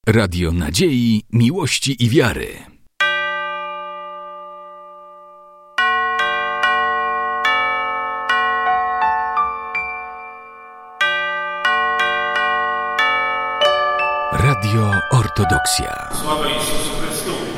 Radio Nadziei, Miłości i Wiary. Radio Ortodoksja. Sława Jezusu Chrystusowi.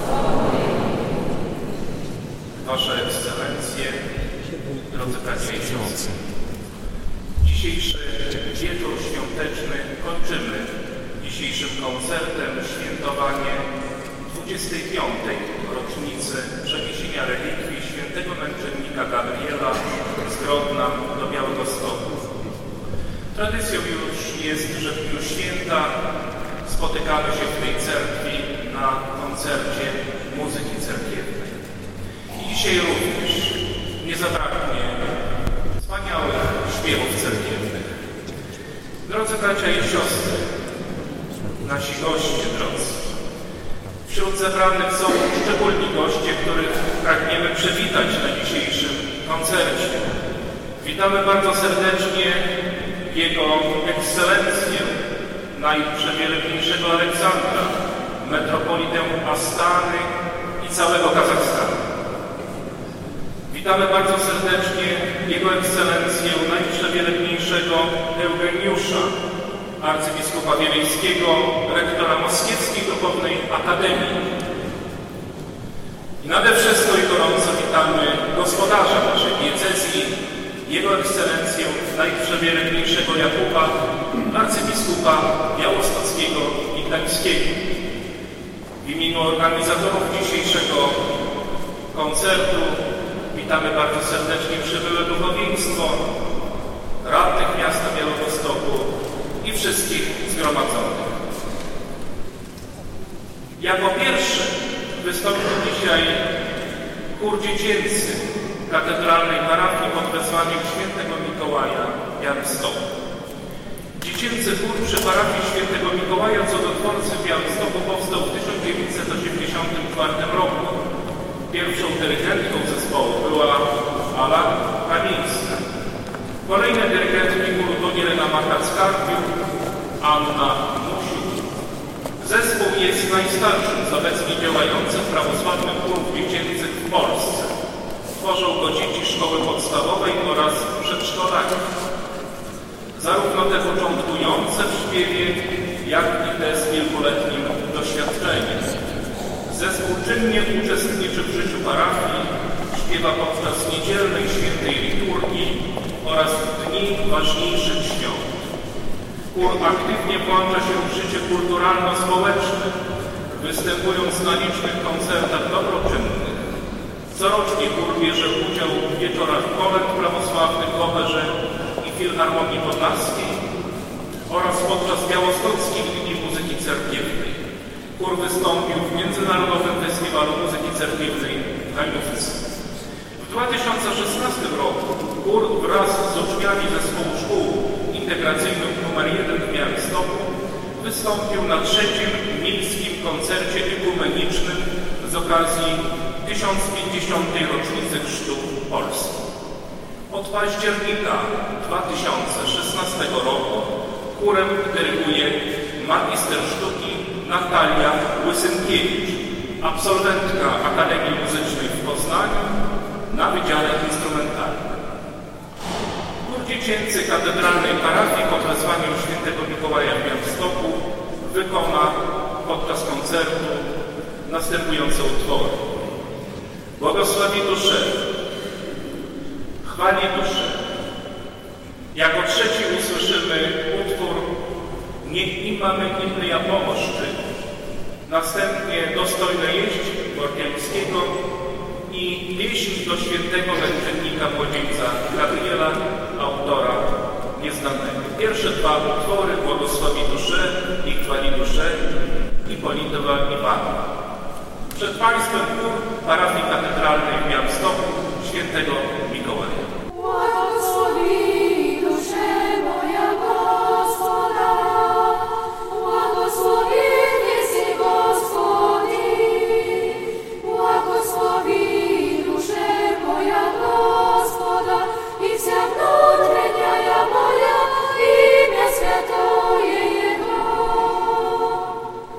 Wasze Ekscelencje, drodzy bracia i siostry, dzisiejszy wieczór świąteczny kończymy dzisiejszym koncertem świętowanie 25. rocznicy przeniesienia relikwii świętego męczennika Gabriela z Grodna do Białegostoku. Tradycją już jest, że w dniu święta spotykamy się w tej cerkwi na koncercie muzyki cerkiewnej. I dzisiaj również nie zabraknie wspaniałych śpiewów cerkiewnych. Drodzy bracia i siostry, nasi goście drodzy, wśród zebranych są szczególni goście, których pragniemy przywitać na dzisiejszym koncercie. Witamy bardzo serdecznie Jego Ekscelencję, najprzewielebniejszego Aleksandra, metropolitę Astany i całego Kazachstanu. Witamy bardzo serdecznie Jego Ekscelencję, najprzewielebniejszego Eugeniusza, arcybiskupa wileńskiego, rektora Moskiewskiej Duchownej Akademii. I nade wszystko i gorąco witamy gospodarza naszej diecezji, Jego Ekscelencję, najprzewielebniejszego Jakuba, arcybiskupa białostockiego i gdańskiego. W imieniu organizatorów dzisiejszego koncertu witamy bardzo serdecznie przybyłe duchowieństwo, radnych miasta Białegostoku i wszystkich zgromadzonych. Jako pierwszy wystąpił dzisiaj chór dziecięcy katedralnej parafii pod wezwaniem świętego Mikołaja w Białymstoku. Dziecięcy chór przy parafii świętego Mikołaja Cudotwórcy w Białymstoku powstał w 1984 roku. Pierwszą dyrygentką zespołu była Ala Kamieńska. Kolejne dyrygentki chóru to Irena Machacka-Piuk, Anna Musiuk. Zespół jest najstarszym z obecnie działających prawosławnych chórów dziecięcych w Polsce. Tworzą go dzieci szkoły podstawowej oraz przedszkolaki. Zarówno te początkujące w śpiewie, jak i te z kilkuletnim doświadczeniem. Zespół czynnie uczestniczy w życiu parafii, śpiewa podczas niedzielnej świętej liturgii oraz dni ważniejszych świąt. Chór aktywnie włącza się w życie kulturalno-społeczne, występując na licznych koncertach dobroczynnych. Corocznie chór bierze udział w wieczorach kolęd prawosławnych w Operze i Filharmonii Podlaskiej oraz podczas Białostockiej Dni Muzyki Cerkiewnej. Chór wystąpił w Międzynarodowym Festiwalu Muzyki Cerkiewnej w Hajnówce. W 2016 roku chór wraz z uczniami Zespołu Szkół Integracyjnych nr 1 w Białymstoku wystąpił na 3. miejskim koncercie ekumenicznym z okazji 1050. rocznicy chrztu Polski. Od października 2016 roku chórem dyryguje magister sztuki Natalia Łysynkiewicz, absolwentka Akademii Muzycznej w Poznaniu na Wydziale Instrumentalnym. Chór dziecięcy katedralnej parafii pod wezwaniem świętego Mikołaja w Białymstoku wykona podczas koncertu następujące utwory. Błogosławi duszę, chwali duszę. Jako trzeci usłyszymy utwór Niech im mamy inny ja pomóż Ty. Następnie Dostojne jeść Gorkiańskiego i pieśń do świętego męczennika młodzieńca Gabriela, autora nieznanego. Pierwsze dwa utwory Błogosławi duszę i chwali duszę i Politowa Iwana. Przed Państwem chór parafii katedralnej w Białymstoku świętego Mikołaja. Błogosławi duszę moja Gospoda, błogosławieni jest Gospodzi. Błogosławi duszę moja Gospoda i wся внутренняя моя, imię świętoje Jego.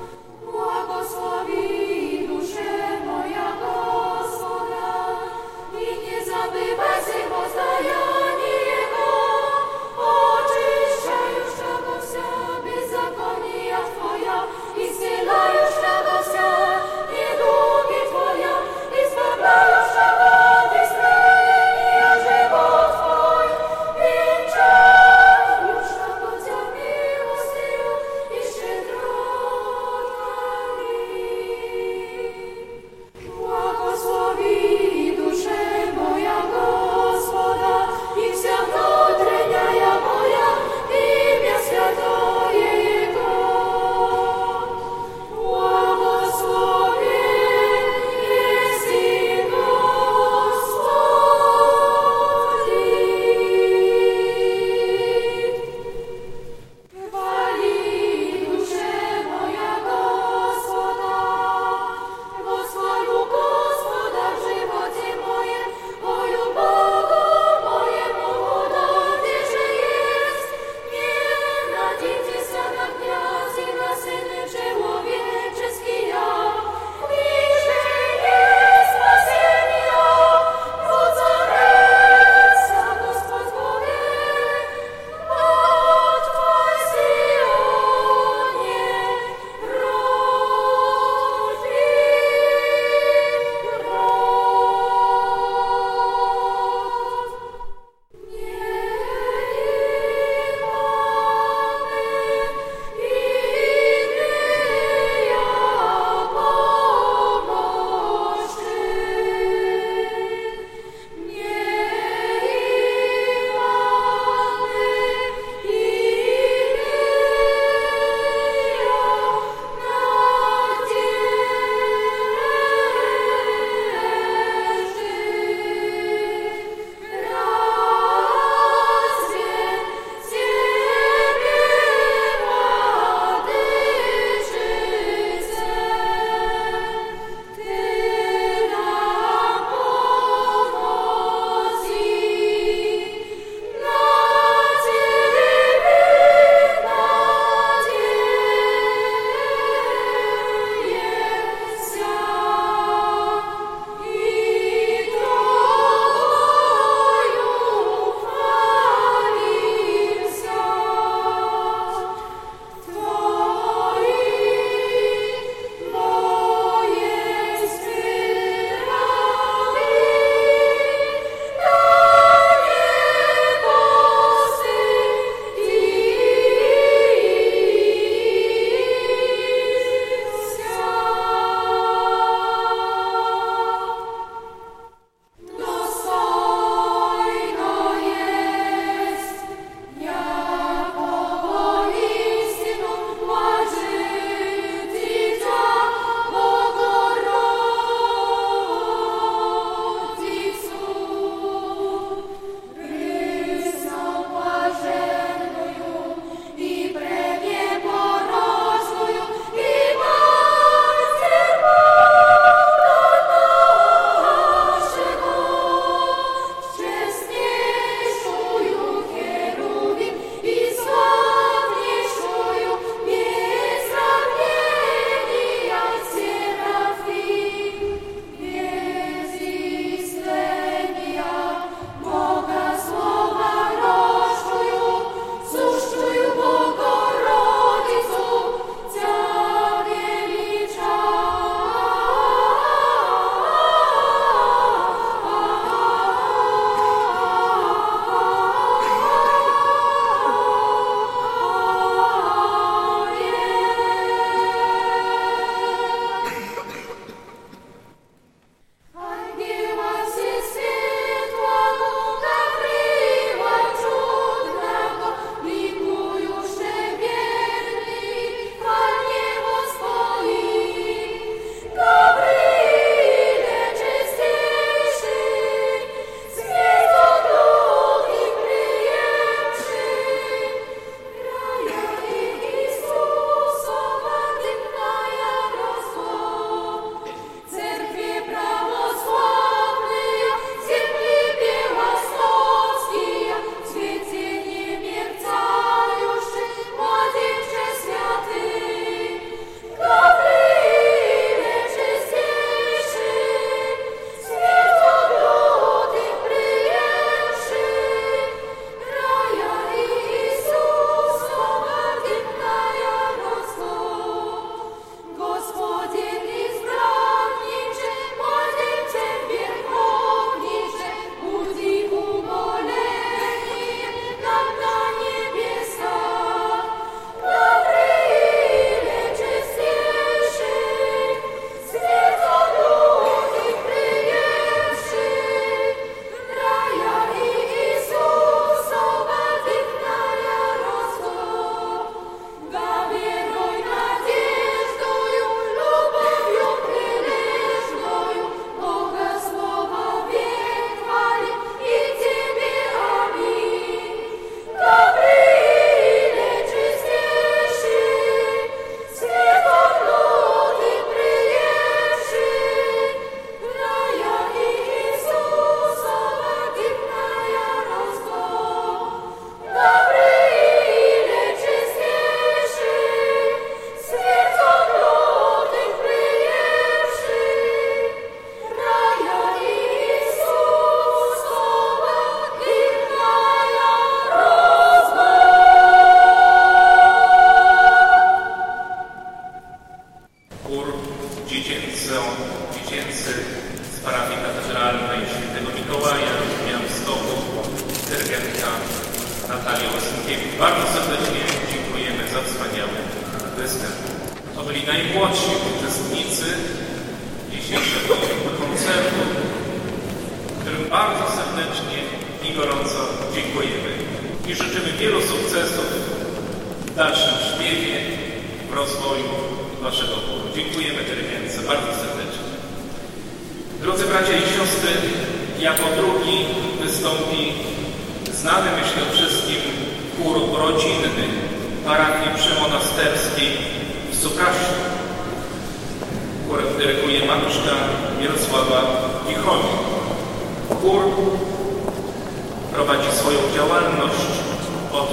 chór dziecięcy z parafii katedralnej Świętego Mikołaja w Białymstoku, dyrygentka Natalia Łasynkiewicz. Bardzo serdecznie dziękujemy za wspaniały występ. To byli najmłodsi uczestnicy dzisiejszego koncertu, którym bardzo serdecznie i gorąco dziękujemy. I życzymy wielu sukcesów w dalszym śpiewie, w rozwoju waszego chóru. Dziękujemy dyrygentce bardzo serdecznie. Drodzy bracia i siostry, jako drugi wystąpi znany, myślę, wszystkim chór rodzinny parafii przemonasterskiej w Supraślu. Chórem dyryguje mamuszka Mirosława Gichoni. Chór prowadzi swoją działalność od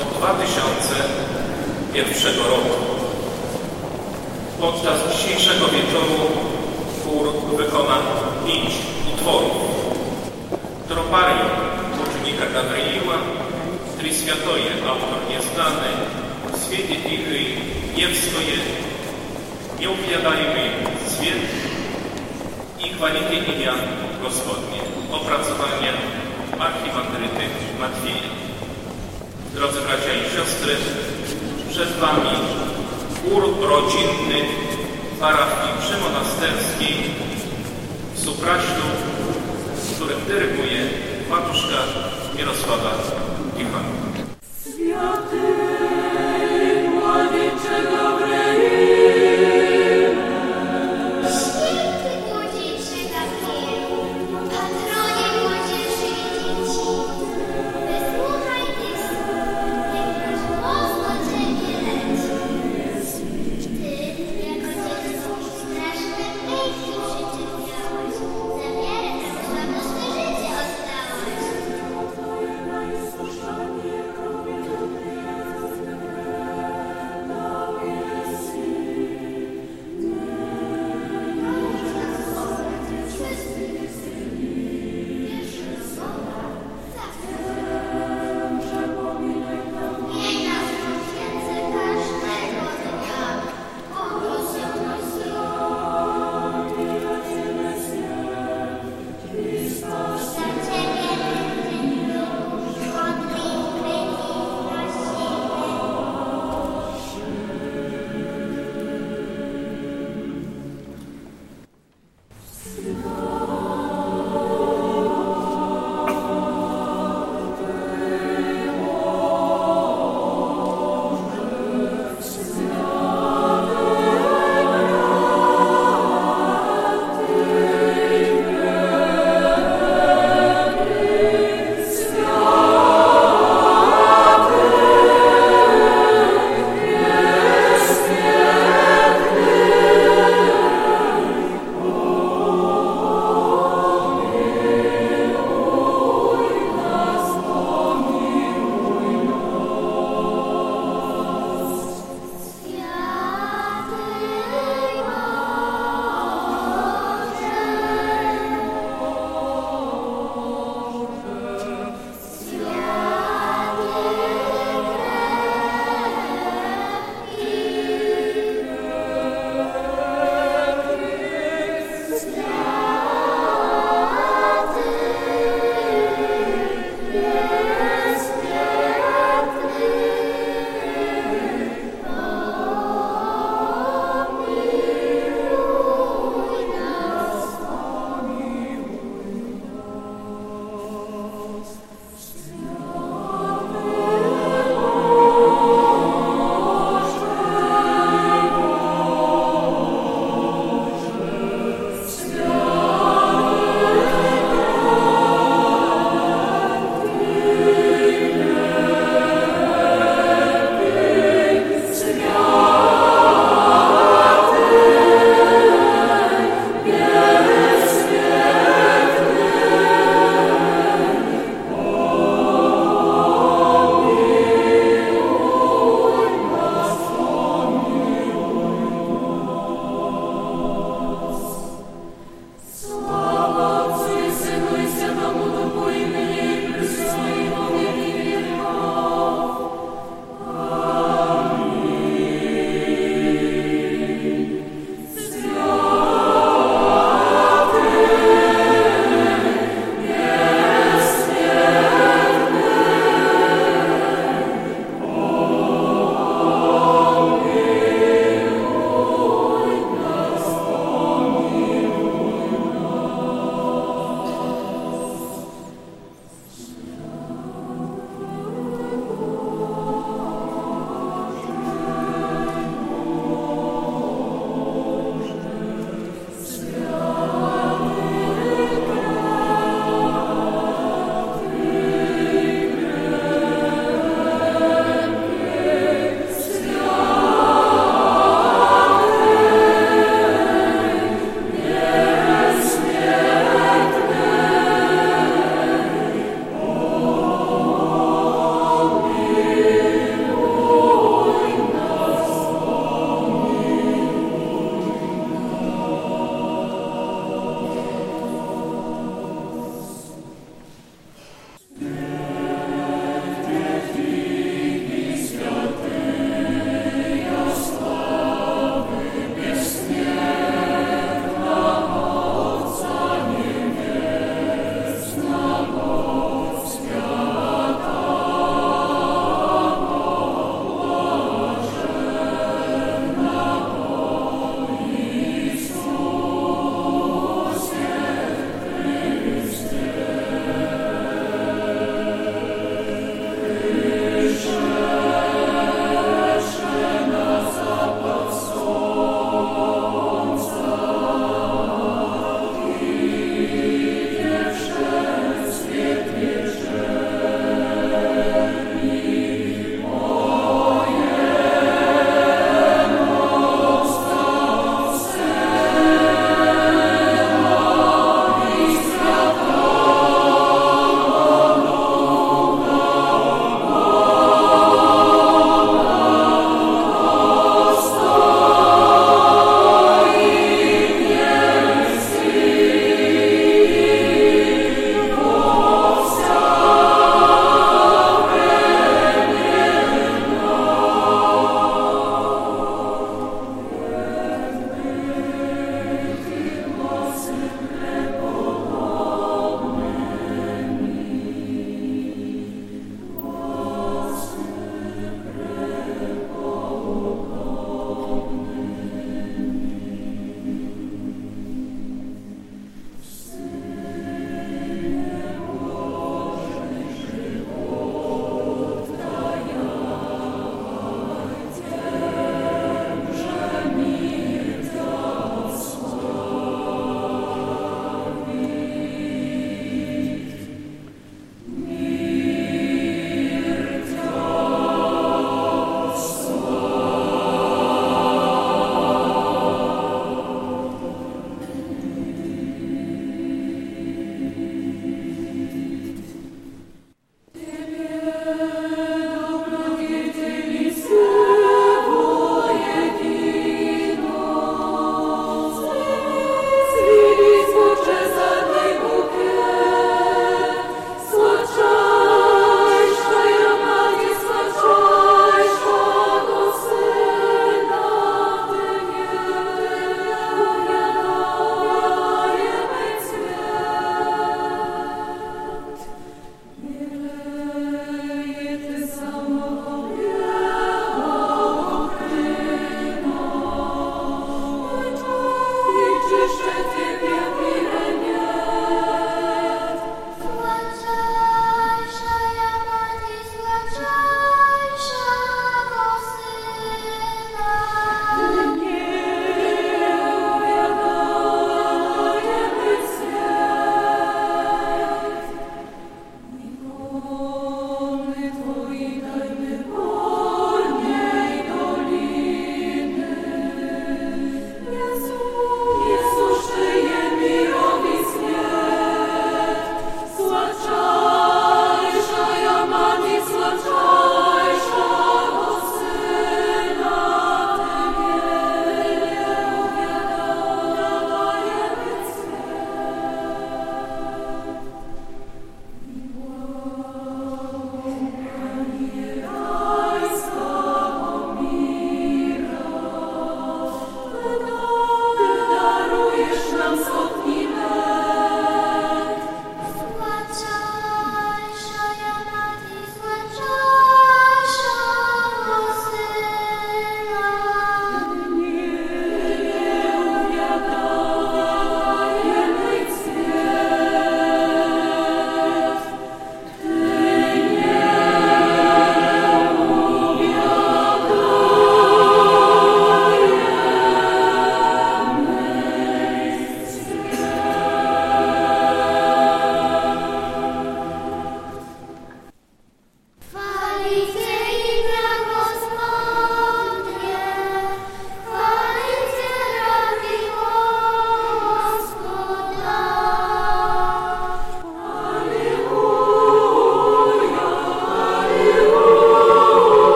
2001 roku. Podczas dzisiejszego wieczoru chór wykona 5 utworów. Troparium uczennika Gawryila, Triswiatoje, autor nieznany, Świecie Tichy, Niewskoje, Nie uwiadajmy Zwiet i Chwalicie imię Gospodnie. Opracowania archimandryty Matwieja. Drodzy bracia i siostry, przed wami chór rodzinny parafii przemonasterskiej w Supraślu, którym dyryguje mamuszka Mirosława Gichoni. Święty Młodzieńcze Gawryile, Święty Młodzieńcze Gawrylu, patronie młodzieży i dzieci, wysłuchaj tych słów, niech nasz głos do Ciebie leci. Ty, jako dziecko, straszne myśli przyczyniałeś, za wiarę tę słabosne życie oddałaś. Twoje najsłuszanie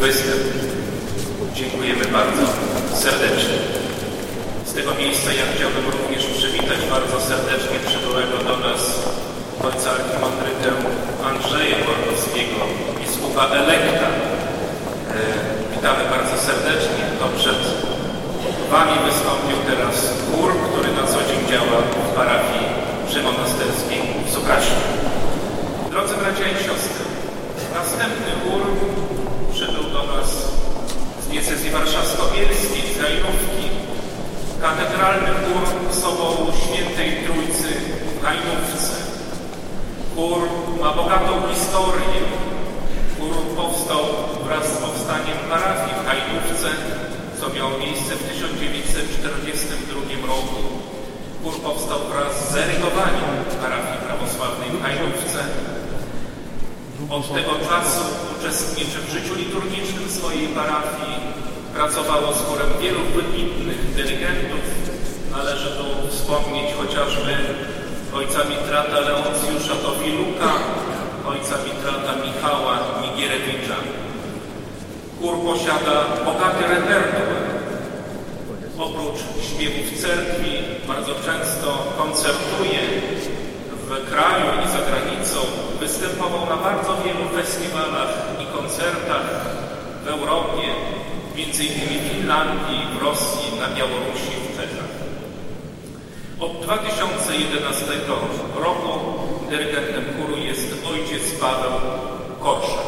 występ. Dziękujemy bardzo serdecznie. Z tego miejsca ja chciałbym również przywitać bardzo serdecznie przybyłego do nas ojca archimandrytę Andrzeja Borkowskiego, biskupa elekta. Witamy bardzo serdecznie. To przed Wami wystąpił teraz chór, który na co dzień działa w parafii przymonasterskiej w Suchaśnie. Drodzy bracia i siostry, następny chór przybył do nas z diecezji warszawsko-bielskiej, z Hajnówki. Katedralny chór Soboru Świętej Trójcy w Hajnówce. Chór ma bogatą historię. Chór powstał wraz z powstaniem parafii w Hajnówce, co miało miejsce w 1942 roku. Chór powstał wraz z zerygowaniem parafii prawosławnej w Hajnówce. Od tego czasu uczestniczy w życiu liturgicznym swojej parafii. Pracowało z chórem wielu wybitnych dyrygentów. Należy tu wspomnieć chociażby ojca mitrata Leoncjusza Towiluka, ojca mitrata Michała Nigierewicza. Chór posiada bogaty repertuar. Oprócz śpiewów w cerkwi bardzo często koncertuje w kraju i za granicą. Występował na bardzo wielu festiwalach i koncertach w Europie, między innymi w Finlandii, w Rosji, na Białorusi, w Czechach. Od 2011 roku dyrygentem chóru jest ojciec Paweł Korszak.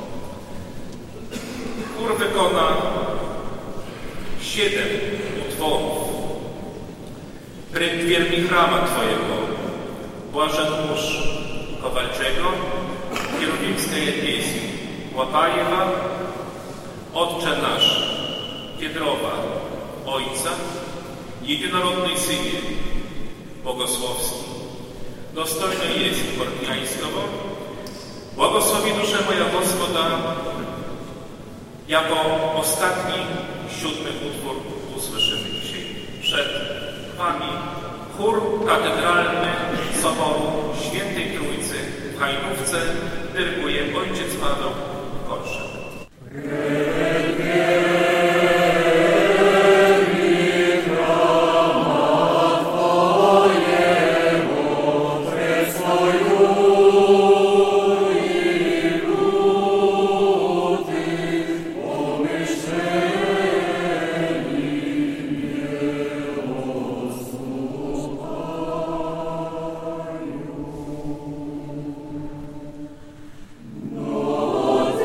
Chór wykona 7 utworów. Prydwier mi chrama Twojego, Błażenmórz Kowalczego, Kierowimskiej pieśń Łapajewa, Otcze Nasz, Kiedrowa, Ojca, Jedynorodnej Synie, Bogosłowski. Dostojny jest Borkniańskowo, błogosławi duszę moja Gospoda. Jako ostatni, 7 utwór usłyszymy dzisiaj przed Wami chór katedralny Soboru Świętej Trójcy w Hajnówce. Dyryguje ojciec Paweł Korszak. No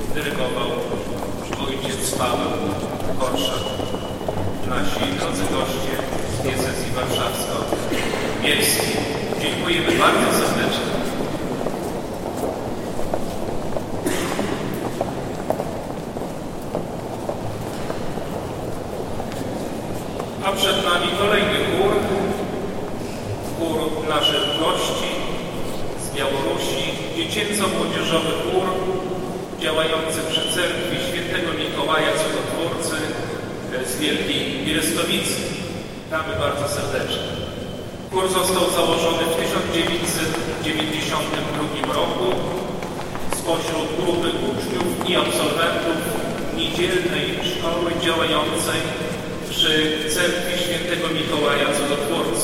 dyrygował ojciec Paweł Korszak. Nasi drodzy goście z diecezji warszawsko-bielskiej. Dziękujemy bardzo serdecznie. A przed nami kolejny chór naszych gości z Białorusi, dziecięco-młodzieżowy chór działający przy cerkwi Świętego Mikołaja Cudotwórcy z Wielkiej Bielestowicy. Witamy bardzo serdecznie. Chór został założony w 1992 roku spośród grupy uczniów i absolwentów niedzielnej szkoły działającej przy cerkwi Świętego Mikołaja Cudotwórcy.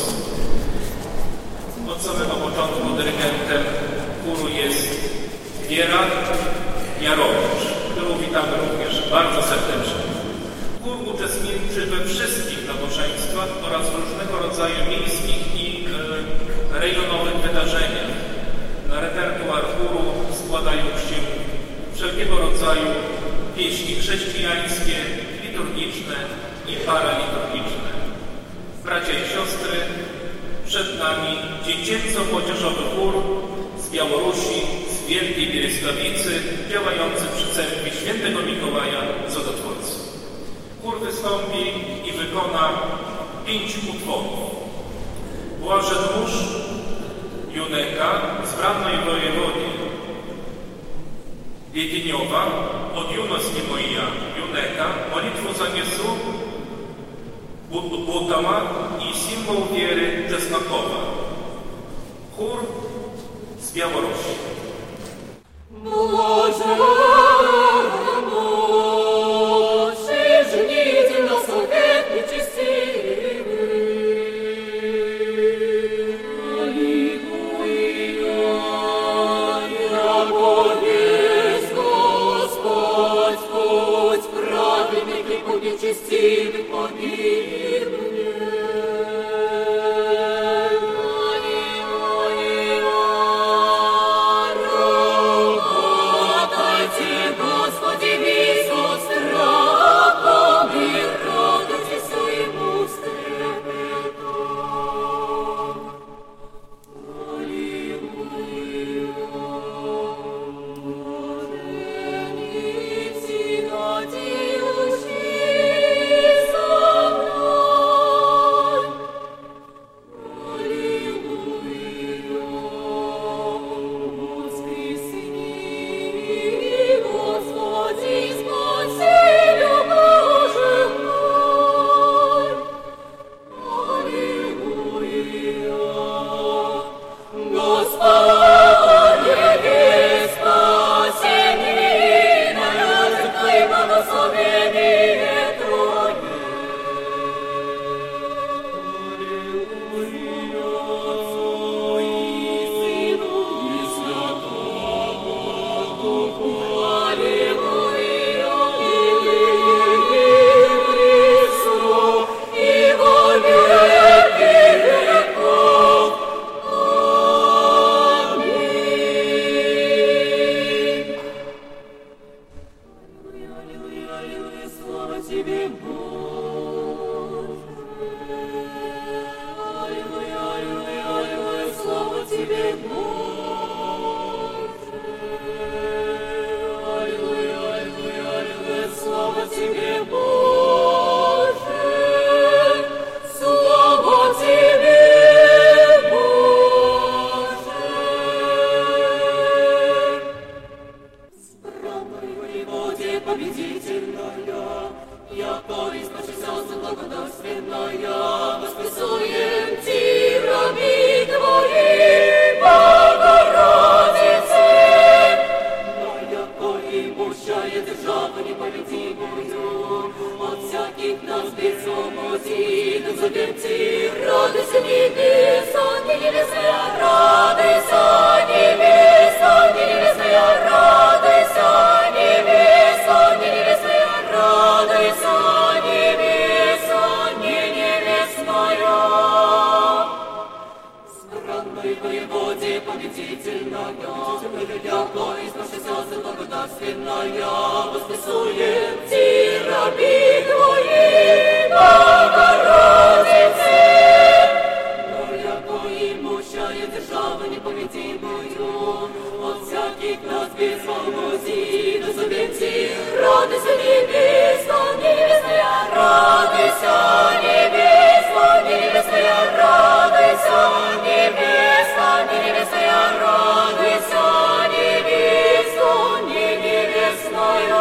Od samego początku dyrygentem chóru jest Wiera Jarowicz, którą witamy również bardzo serdecznie. Chór uczestniczy we wszystkich nabożeństwach oraz różnego rodzaju miejskich i rejonowych wydarzeniach. Na repertuar chóru składają się wszelkiego rodzaju pieśni chrześcijańskie, liturgiczne i paraliturgiczne. Bracia i siostry, przed nami dziecięco-młodzieżowy chór z Białorusi, z Wielkiej Bielestowicy, działający przy cerkwi Świętego Mikołaja Cudotwórcy. Chór wystąpi i wykona 5 utworów. Błażen-mórz Juneka z Brannej Wojewody Wiedeniowa, od juności moja Juneka, modlitwu zaniesu Butama i symbol wiery Czesnakowa. Chór z Białorusi. Благословенная, воскресуем Ти, раби Твои, Богородице. Но яко имущая державу неповедимую, от всяких нас безволнози, да завенти, радуйся небесная, небесная, радуйся небесная, небесная, радуйся небесная, небесная, радуйся небесная, небесная.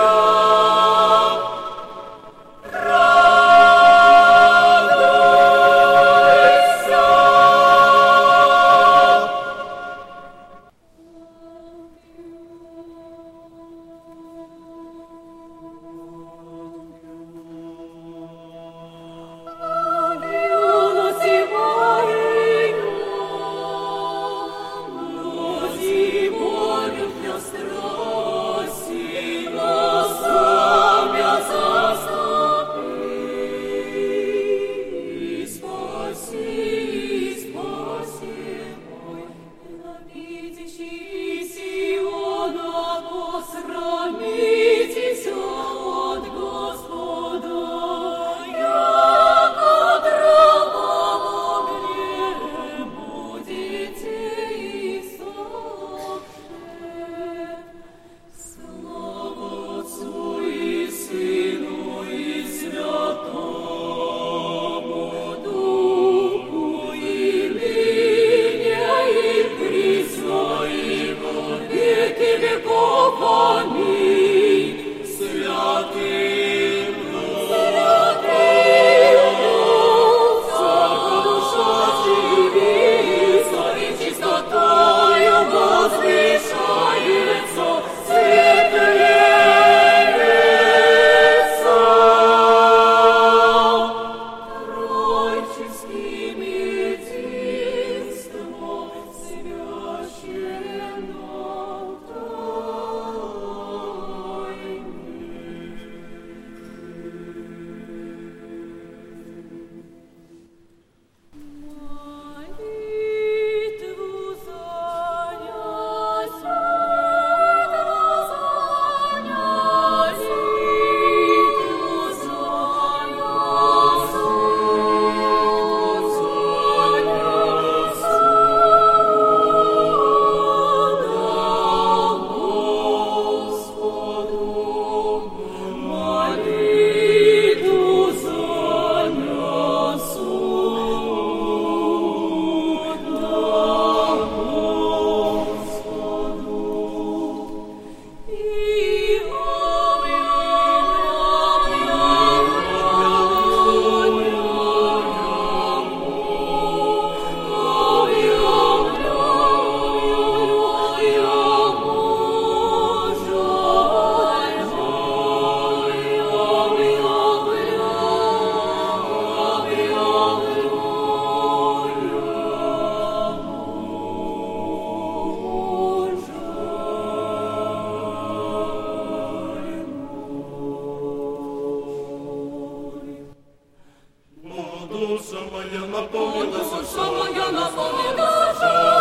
Душа моя наполнилась, Душа моя наполнилась,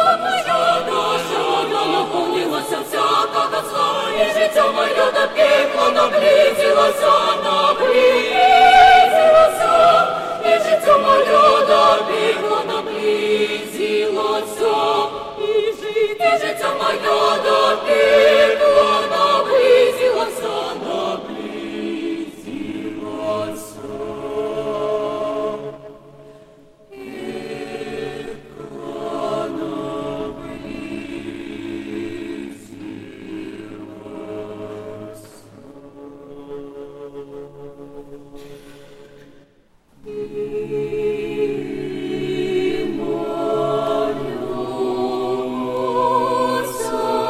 всякого зла, и життя моє до пекла наблизилося, і життя моє до пекла наблизилося, і життя моє до пекла наблизилося, Молюся.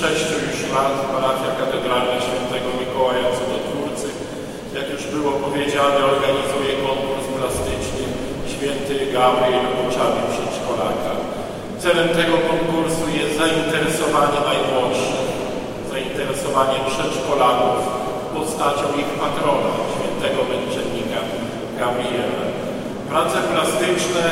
6 już lat parafia katedralna Świętego Mikołaja Cudotwórcy, jak już było powiedziane, organizuje konkurs plastyczny Święty Gabriel oczami przedszkolaka. Celem tego konkursu jest zainteresowanie najmłodszych, zainteresowanie przedszkolaków postacią ich patrona, Świętego Męczennika Gabriela. Prace plastyczne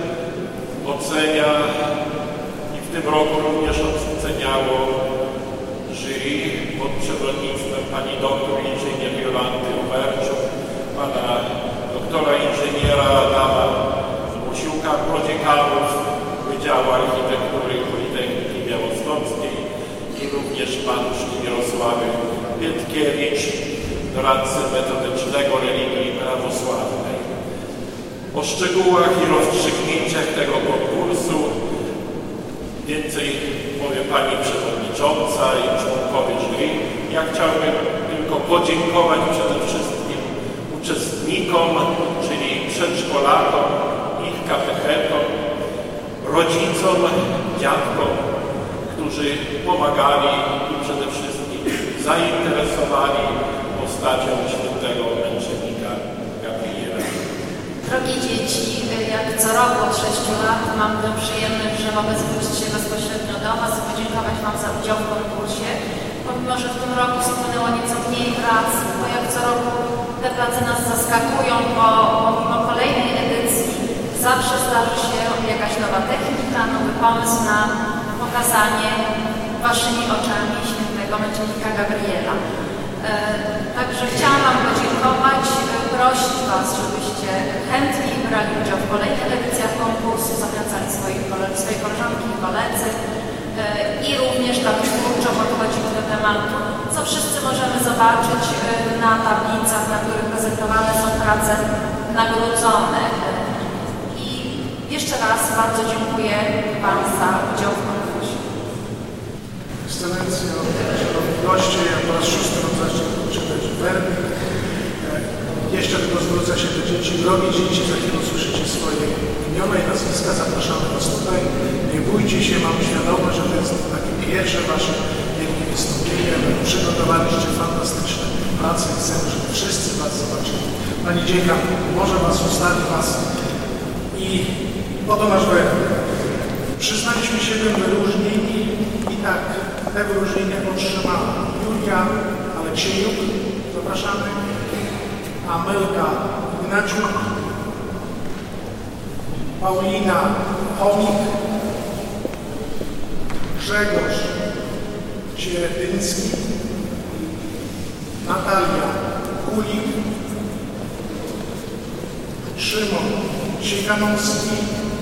ocenia i w tym roku również oceniało jury pod przewodnictwem pani doktor inżynier Jolanty Uberczuk, pana doktora inżyniera Adama Musiuka, prodziekanów Wydziału Architektury Politechniki Białostockiej i również panuszki Mirosławy Pietkiewicz, doradcy metodycznego religii prawosławnej. O szczegółach i rozstrzygnięciach tego konkursu więcej powie pani przewodnicząca i członkowie jury. Ja chciałbym tylko podziękować przede wszystkim uczestnikom, czyli przedszkolakom, ich katechetom, rodzicom, dziadkom, którzy pomagali i przede wszystkim zainteresowali postacią Świętego Męczennika Gabriela. Drogie dzieci, jak co roku od 6 lat mam tę przyjemność, że mogę zwrócić się bezpośrednio do Was i podziękować Wam za udział w konkursie. Pomimo, że w tym roku spłynęło nieco mniej prac, bo jak co roku te prace nas zaskakują, bo mimo kolejnej edycji zawsze zdarzy się jakaś nowa technika, nowy pomysł na pokazanie Waszymi oczami Świętego Męczennika Gabriela. Także chciałam Wam podziękować, prosić Was, żebyście chętnie brali udział w kolejnych edycjach konkursu, zachęcali swoje koleżanki i koledzy i również tak twórczo podchodzić do tematu, co wszyscy możemy zobaczyć na tablicach, na których prezentowane są prace nagrodzone. I jeszcze raz bardzo dziękuję Wam za udział w konkursie. Ekscelencjo, szanowni goście, ja po raz 6 mam zaszczyt czytać werdykt. Jeszcze tylko zwrócę się do dzieci. Drogie dzieci, za chwilę usłyszycie swoje imiona i nazwiska. Zapraszamy Was tutaj. Nie bójcie się, mam świadomość, że to jest takie pierwsze Wasze wielkie wystąpienie. Przygotowaliście fantastyczne prace i chcemy, żeby wszyscy Was zobaczyli. Pani dziekan, może Was ustawi Was i oto nasz werdykt. Przyznaliśmy 7 wyróżnień i tak te wyróżnienia otrzymała Julia Aleksiejuk, zapraszamy, Amelka Ignaciuk, Paulina Chomik, Grzegorz Sieretyński, Natalia Kulik, Szymon Siekanowski.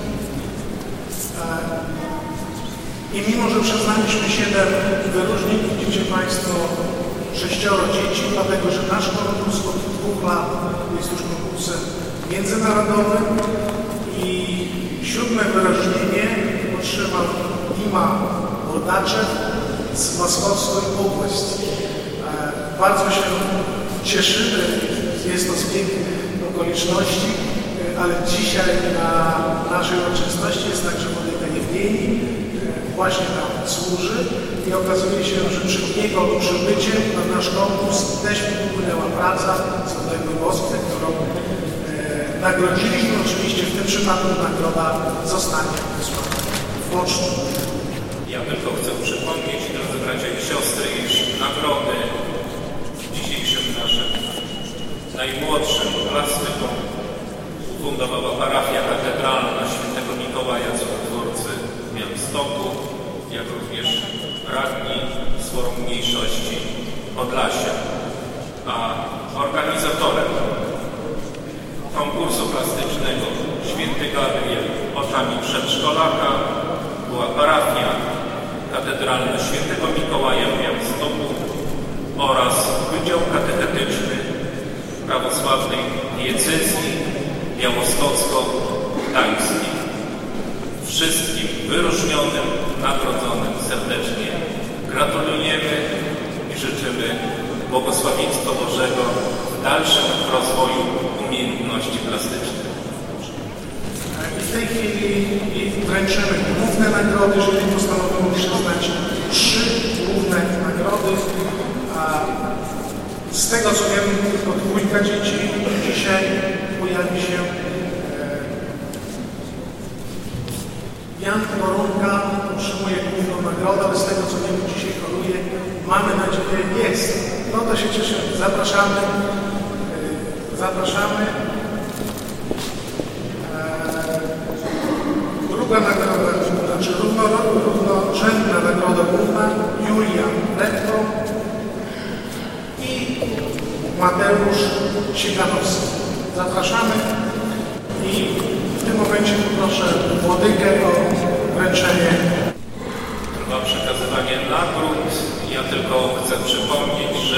I mimo, że przyznaliśmy 7 wyróżnień, widzicie Państwo 6 dzieci, dlatego że nasz konkurs od 2 lat jest już konkursem międzynarodowym i 7 wyróżnienie otrzymał Dima Bordaczew z Moscowskiej Oblasti. Bardzo się cieszymy, jest to z pięknych okoliczności, ale dzisiaj na naszej uroczystości jest także Monika Jewgieni, właśnie tam służy i okazuje się, że przed jego przybyciem na nasz konkurs też upłynęła praca z odległej Moskwy, którą nagrodziliśmy. Oczywiście w tym przypadku nagroda zostanie wysłana w pocztę. Ja tylko chcę przypomnieć, drodzy bracia i siostry, iż nagrody w dzisiejszym naszym najmłodszym plastyką fundowała parafia katedralna Świętego Mikołaja Cudotwórcy w Białymstoku, jak również radni z Forum Mniejszości Podlasia. A organizatorem konkursu plastycznego Święty Gabriel oczami przedszkolaka była parafia katedralna Świętego Mikołaja w Białymstoku oraz Wydział Katechetyczny Prawosławnej Diecezji Białostocko-Gdańskiej. Wszystkim wyróżnionym, nagrodzonym serdecznie gratulujemy i życzymy błogosławieństwa Bożego w dalszym rozwoju umiejętności plastycznych. W tej chwili wręczymy główne nagrody, jeżeli postanowiono przyznać 3 główne nagrody. Z tego co wiem, tylko 2 dzieci. Dzisiaj pojawi się Jan Korunka, otrzymuje główną nagrodę, ale z tego co wiem, dzisiaj choruje. Mamy nadzieję, jest. No to się cieszę. Zapraszamy. Druga nagroda, znaczy równorzędna nagroda główna, Julia Letko i Mateusz Sieganowski. Zapraszamy i w tym momencie poproszę Włodykę o wręczenie. Trwa przekazywanie nagród. Ja tylko chcę przypomnieć, że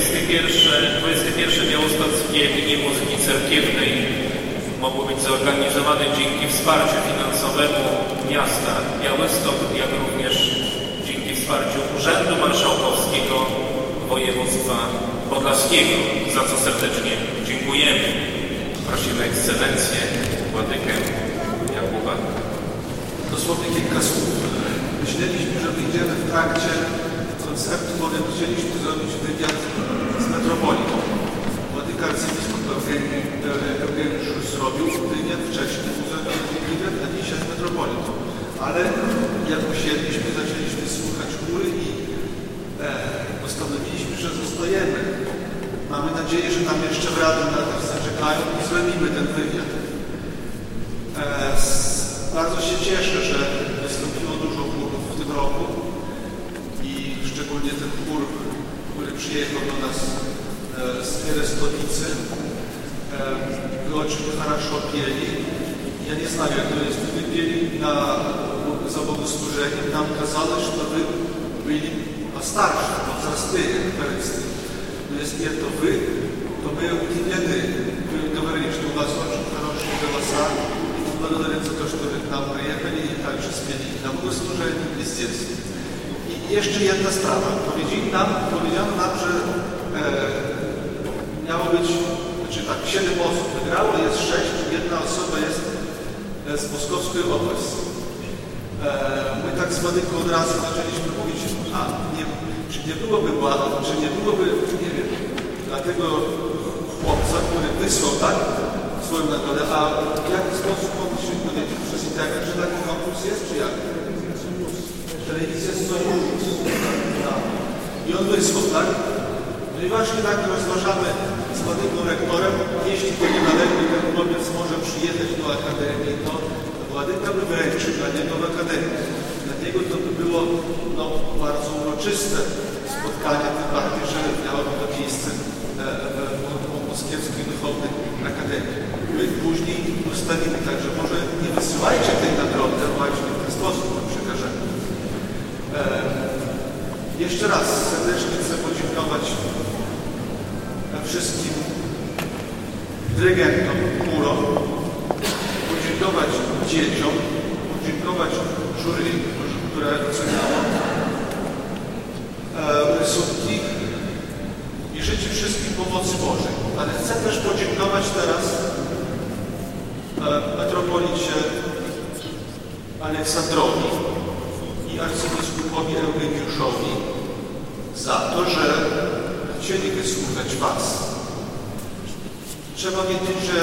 21. Białostockie Dni Muzyki Cerkiewnej mogło być zorganizowane dzięki wsparciu finansowemu miasta Białystok, jak również dzięki wsparciu Urzędu Marszałkowskiego Województwa Podlaskiego, za co serdecznie dziękujemy. Prosimy Ekscelencję Władykę Jakuba. Dosłownie kilka słów. Myśleliśmy, że wyjdziemy w trakcie koncertu, bowiem chcieliśmy zrobić wywiad z metropolitą. Władyka arcybiskup Eugeniusz już zrobił wywiad wcześniej, wywiad, a dzisiaj z metropolitą. Ale jak usiedliśmy, zaczęliśmy słuchać chóry i postanowiliśmy, że zostajemy. Mamy nadzieję, że tam jeszcze w Radiu na nas zaczekają i zrobimy ten wywiad. Bardzo się cieszę, że wystąpiło dużo chórów w tym roku i szczególnie ten chór, który przyjechał do nas z stolicy. Wy oczywiście хорошо pieli. Ja nie znam, jak to jest. Wy pieli za bogosłużeniem. Nam казалось, что вы были постарше, возрастные хористы. Но если это вы, то мы удивлены. Вы говорили, что у вас очень хорошие голоса. Благодарим за то, что вы к нам приехали и также спели на богослужении и здесь. I jeszcze jedna sprawa. Powiedziano nam, że miało być, znaczy tak, 7 osób wygrało, jest 6, jedna osoba jest z Moskowskiej oblasti. My tak z Władyką od razu zaczęliśmy mówić, czy nie byłoby błędu, czy nie byłoby, nie wiem, dla tego chłopca, który wysłał tak swoją nagrodę, a w jaki sposób mogliśmy powiedzieć przez internet, że taki konkurs jest, czy jak? Telewizja Sojusz. I on wysłał, tak? No i właśnie tak rozważamy z Władyką rektorem, jeśli to nie naległy, ten chłopiec może przyjechać do Akademii, to Władyka by wręczył dla niego w Akademii. Dla niego to by było bardzo uroczyste spotkanie, tym bardziej, że miałoby to miejsce w Moskiewskiej Duchownej Akademii. My później ustawimy, także może nie wysyłajcie tej nagrody, a właśnie w ten sposób to przekażemy. Jeszcze raz serdecznie chcę podziękować wszystkim dyrygentom, chórom, podziękować dzieciom, podziękować jury, które oceniało rysunki i życzyć wszystkim pomocy Bożej. Ale chcę też podziękować teraz metropolicie Aleksandrowi i arcybiskupowi Eugeniuszowi za to, że chcieli wysłuchać Was. Trzeba wiedzieć, że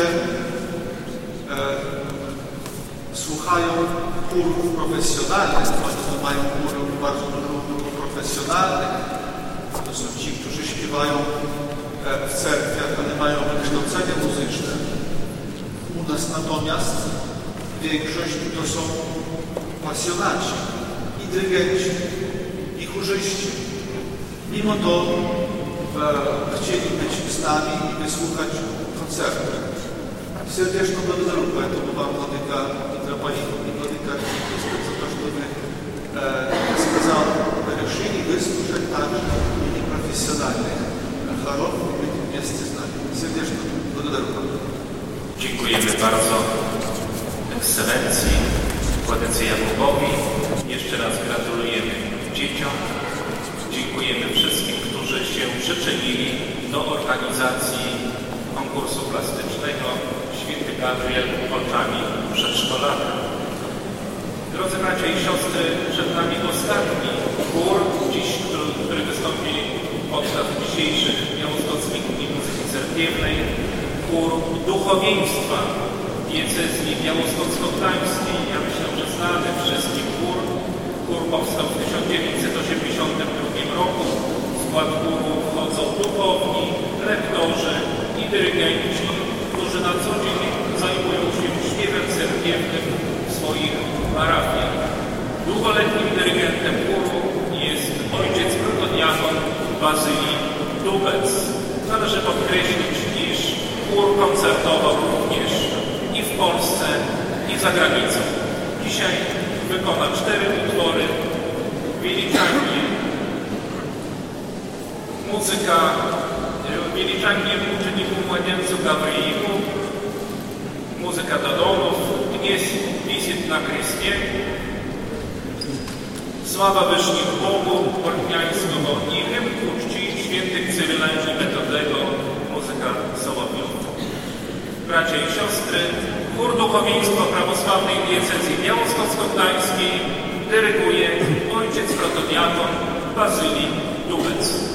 słuchają chórów profesjonalnych, oni mają chórów bardzo dużo profesjonalnych. To są ci, którzy śpiewają w cerkwiach, ale mają wykształcenie muzyczne. U nas natomiast większość to są pasjonaci i dyrygenci, i chórzyści. Mimo to chcieli być z nami i wysłuchać koncertu. Serdeczną благодарю поэтому вам, Владыка Митрополит и Владыка Архиепископ, за то, что вы сказал, решили выслушать также и непрофессиональных хоров и быть вместе с нами. Сердечно благодарю вам. Dziękujemy bardzo Ekscelencji Władyce Jakubowi. Jeszcze raz gratulujemy dzieciom. Dziękujemy wszystkim, którzy się przyczynili do organizacji konkursu plastycznego Święty Gabriel oczami przedszkolaka. Drodzy bracia i siostry, przed nami ostatni chór, dziś, który wystąpili podczas dzisiejszych białostockich dni muzyki cerkiewnej chór duchowieństwa diecezji białostocko-gdańskiej. Ja myślę, że znany wszystkim chór. Chór powstał w 1982 roku. W skład chóru wchodzą duchowni, lektorzy i dyrygenci, którzy na co dzień zajmują się śpiewem cerkiewnym w swoich parafiach. Długoletnim dyrygentem chóru jest ojciec protodiakon Bazylii Dubec. Należy podkreślić, iż chór koncertował również i w Polsce, i za granicą. Dzisiaj wykona 4 utwory: Wieliczanie, muzyka Wieliczanie uczynniku młodzieńcu Gawryilu, muzyka Dadonów, Wisit na Krystie, Sława wyszli w Bogu, Orkniańskiego i hymn ku czci świętych Cyryla i Metodego, muzyka Sołowiowa. Bracia i siostry, chór duchowieństwa prawosławnej diecezji białostocko-gdańskiej dyryguje ojciec protodiakon Bazylii Dubec.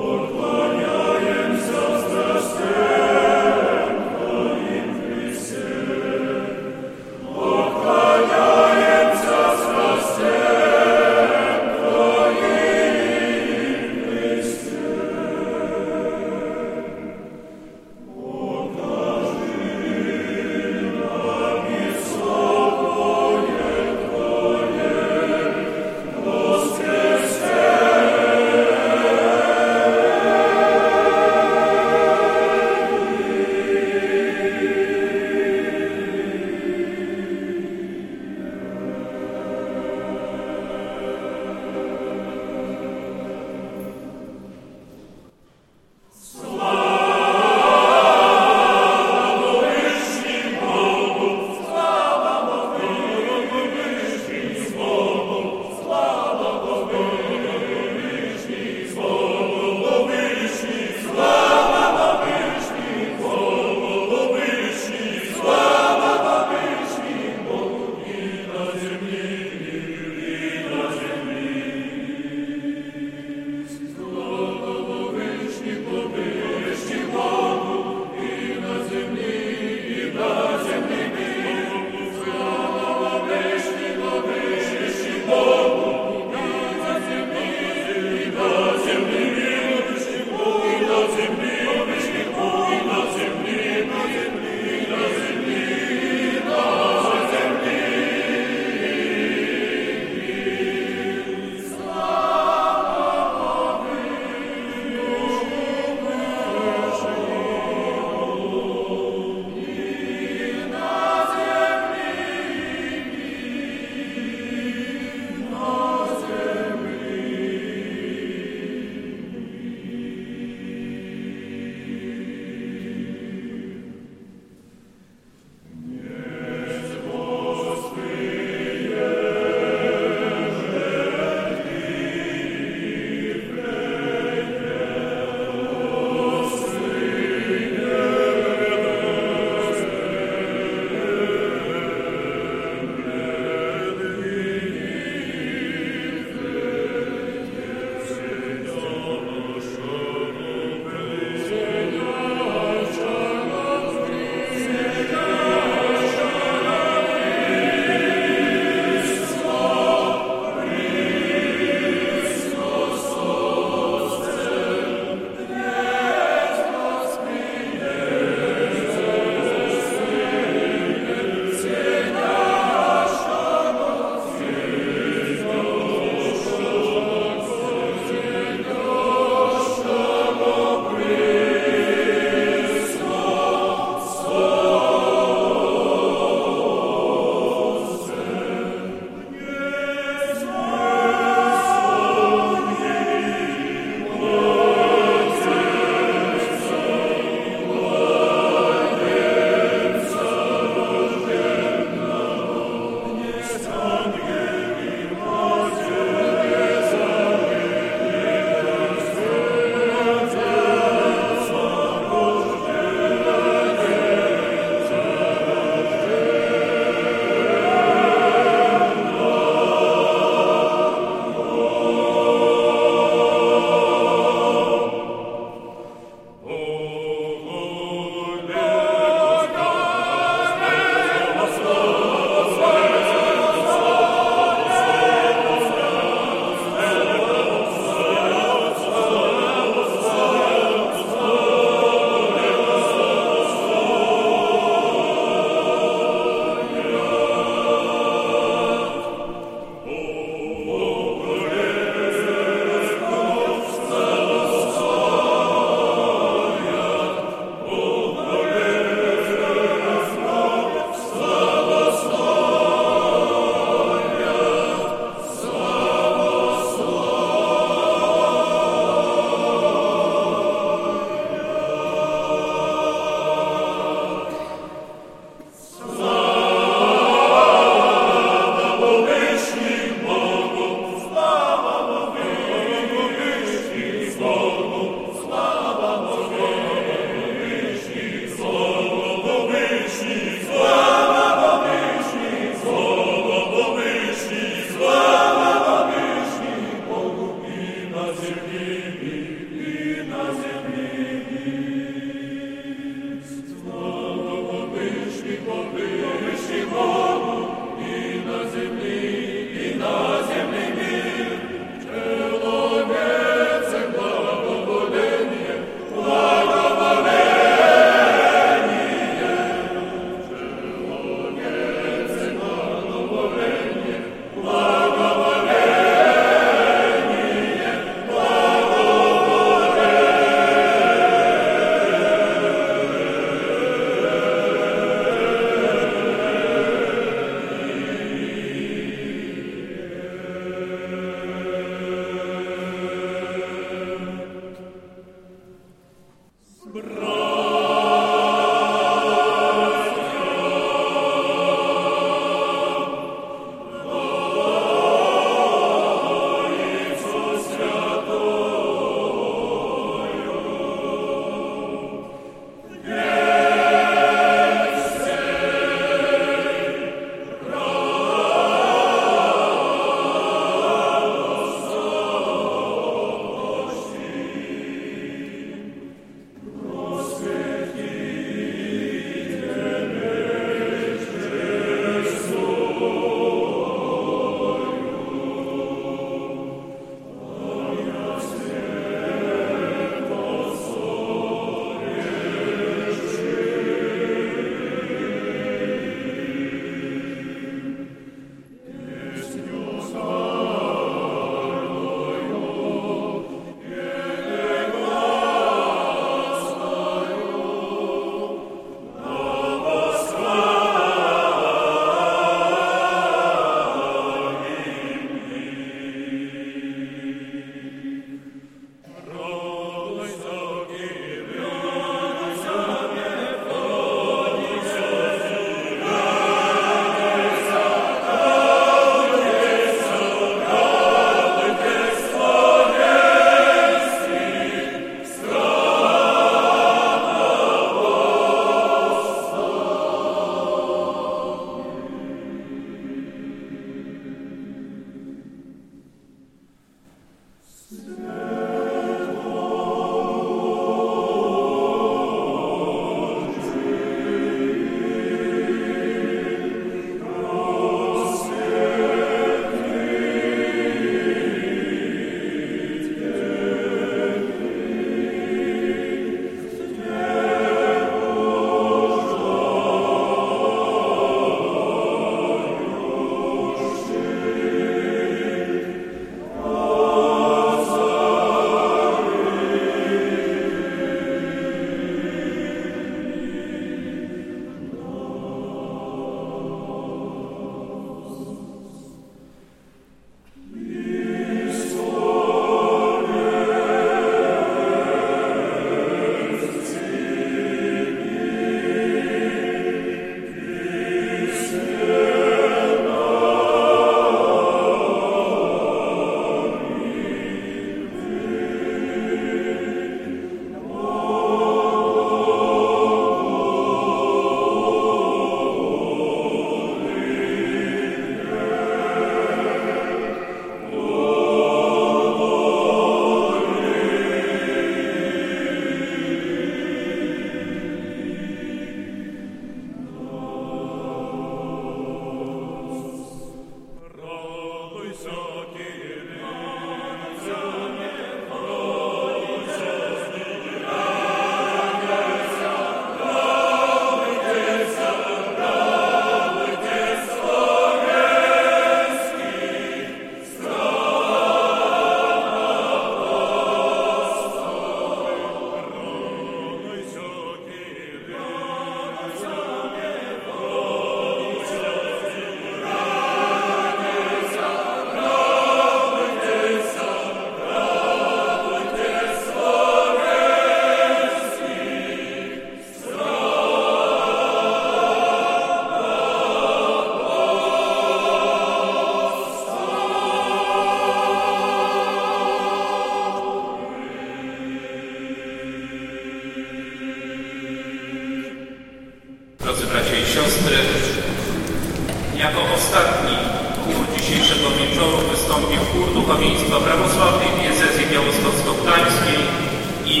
Jako ostatni chór dzisiejszego wieczoru wystąpił chór duchowieństwa prawosławnej diecezji białostocko-gdańskiej i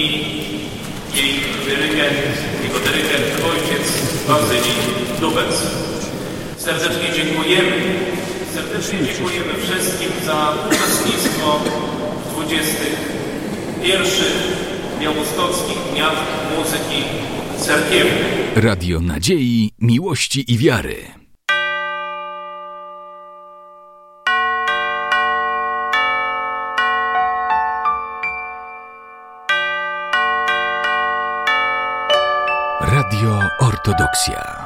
jego dyrygent ojciec Bazylii Dubec. Serdecznie dziękujemy wszystkim za uczestnictwo w 21. Białostockich Dniach Muzyki Cerkiewnej. Radio Nadziei, Miłości i Wiary. Radio Ortodoksja.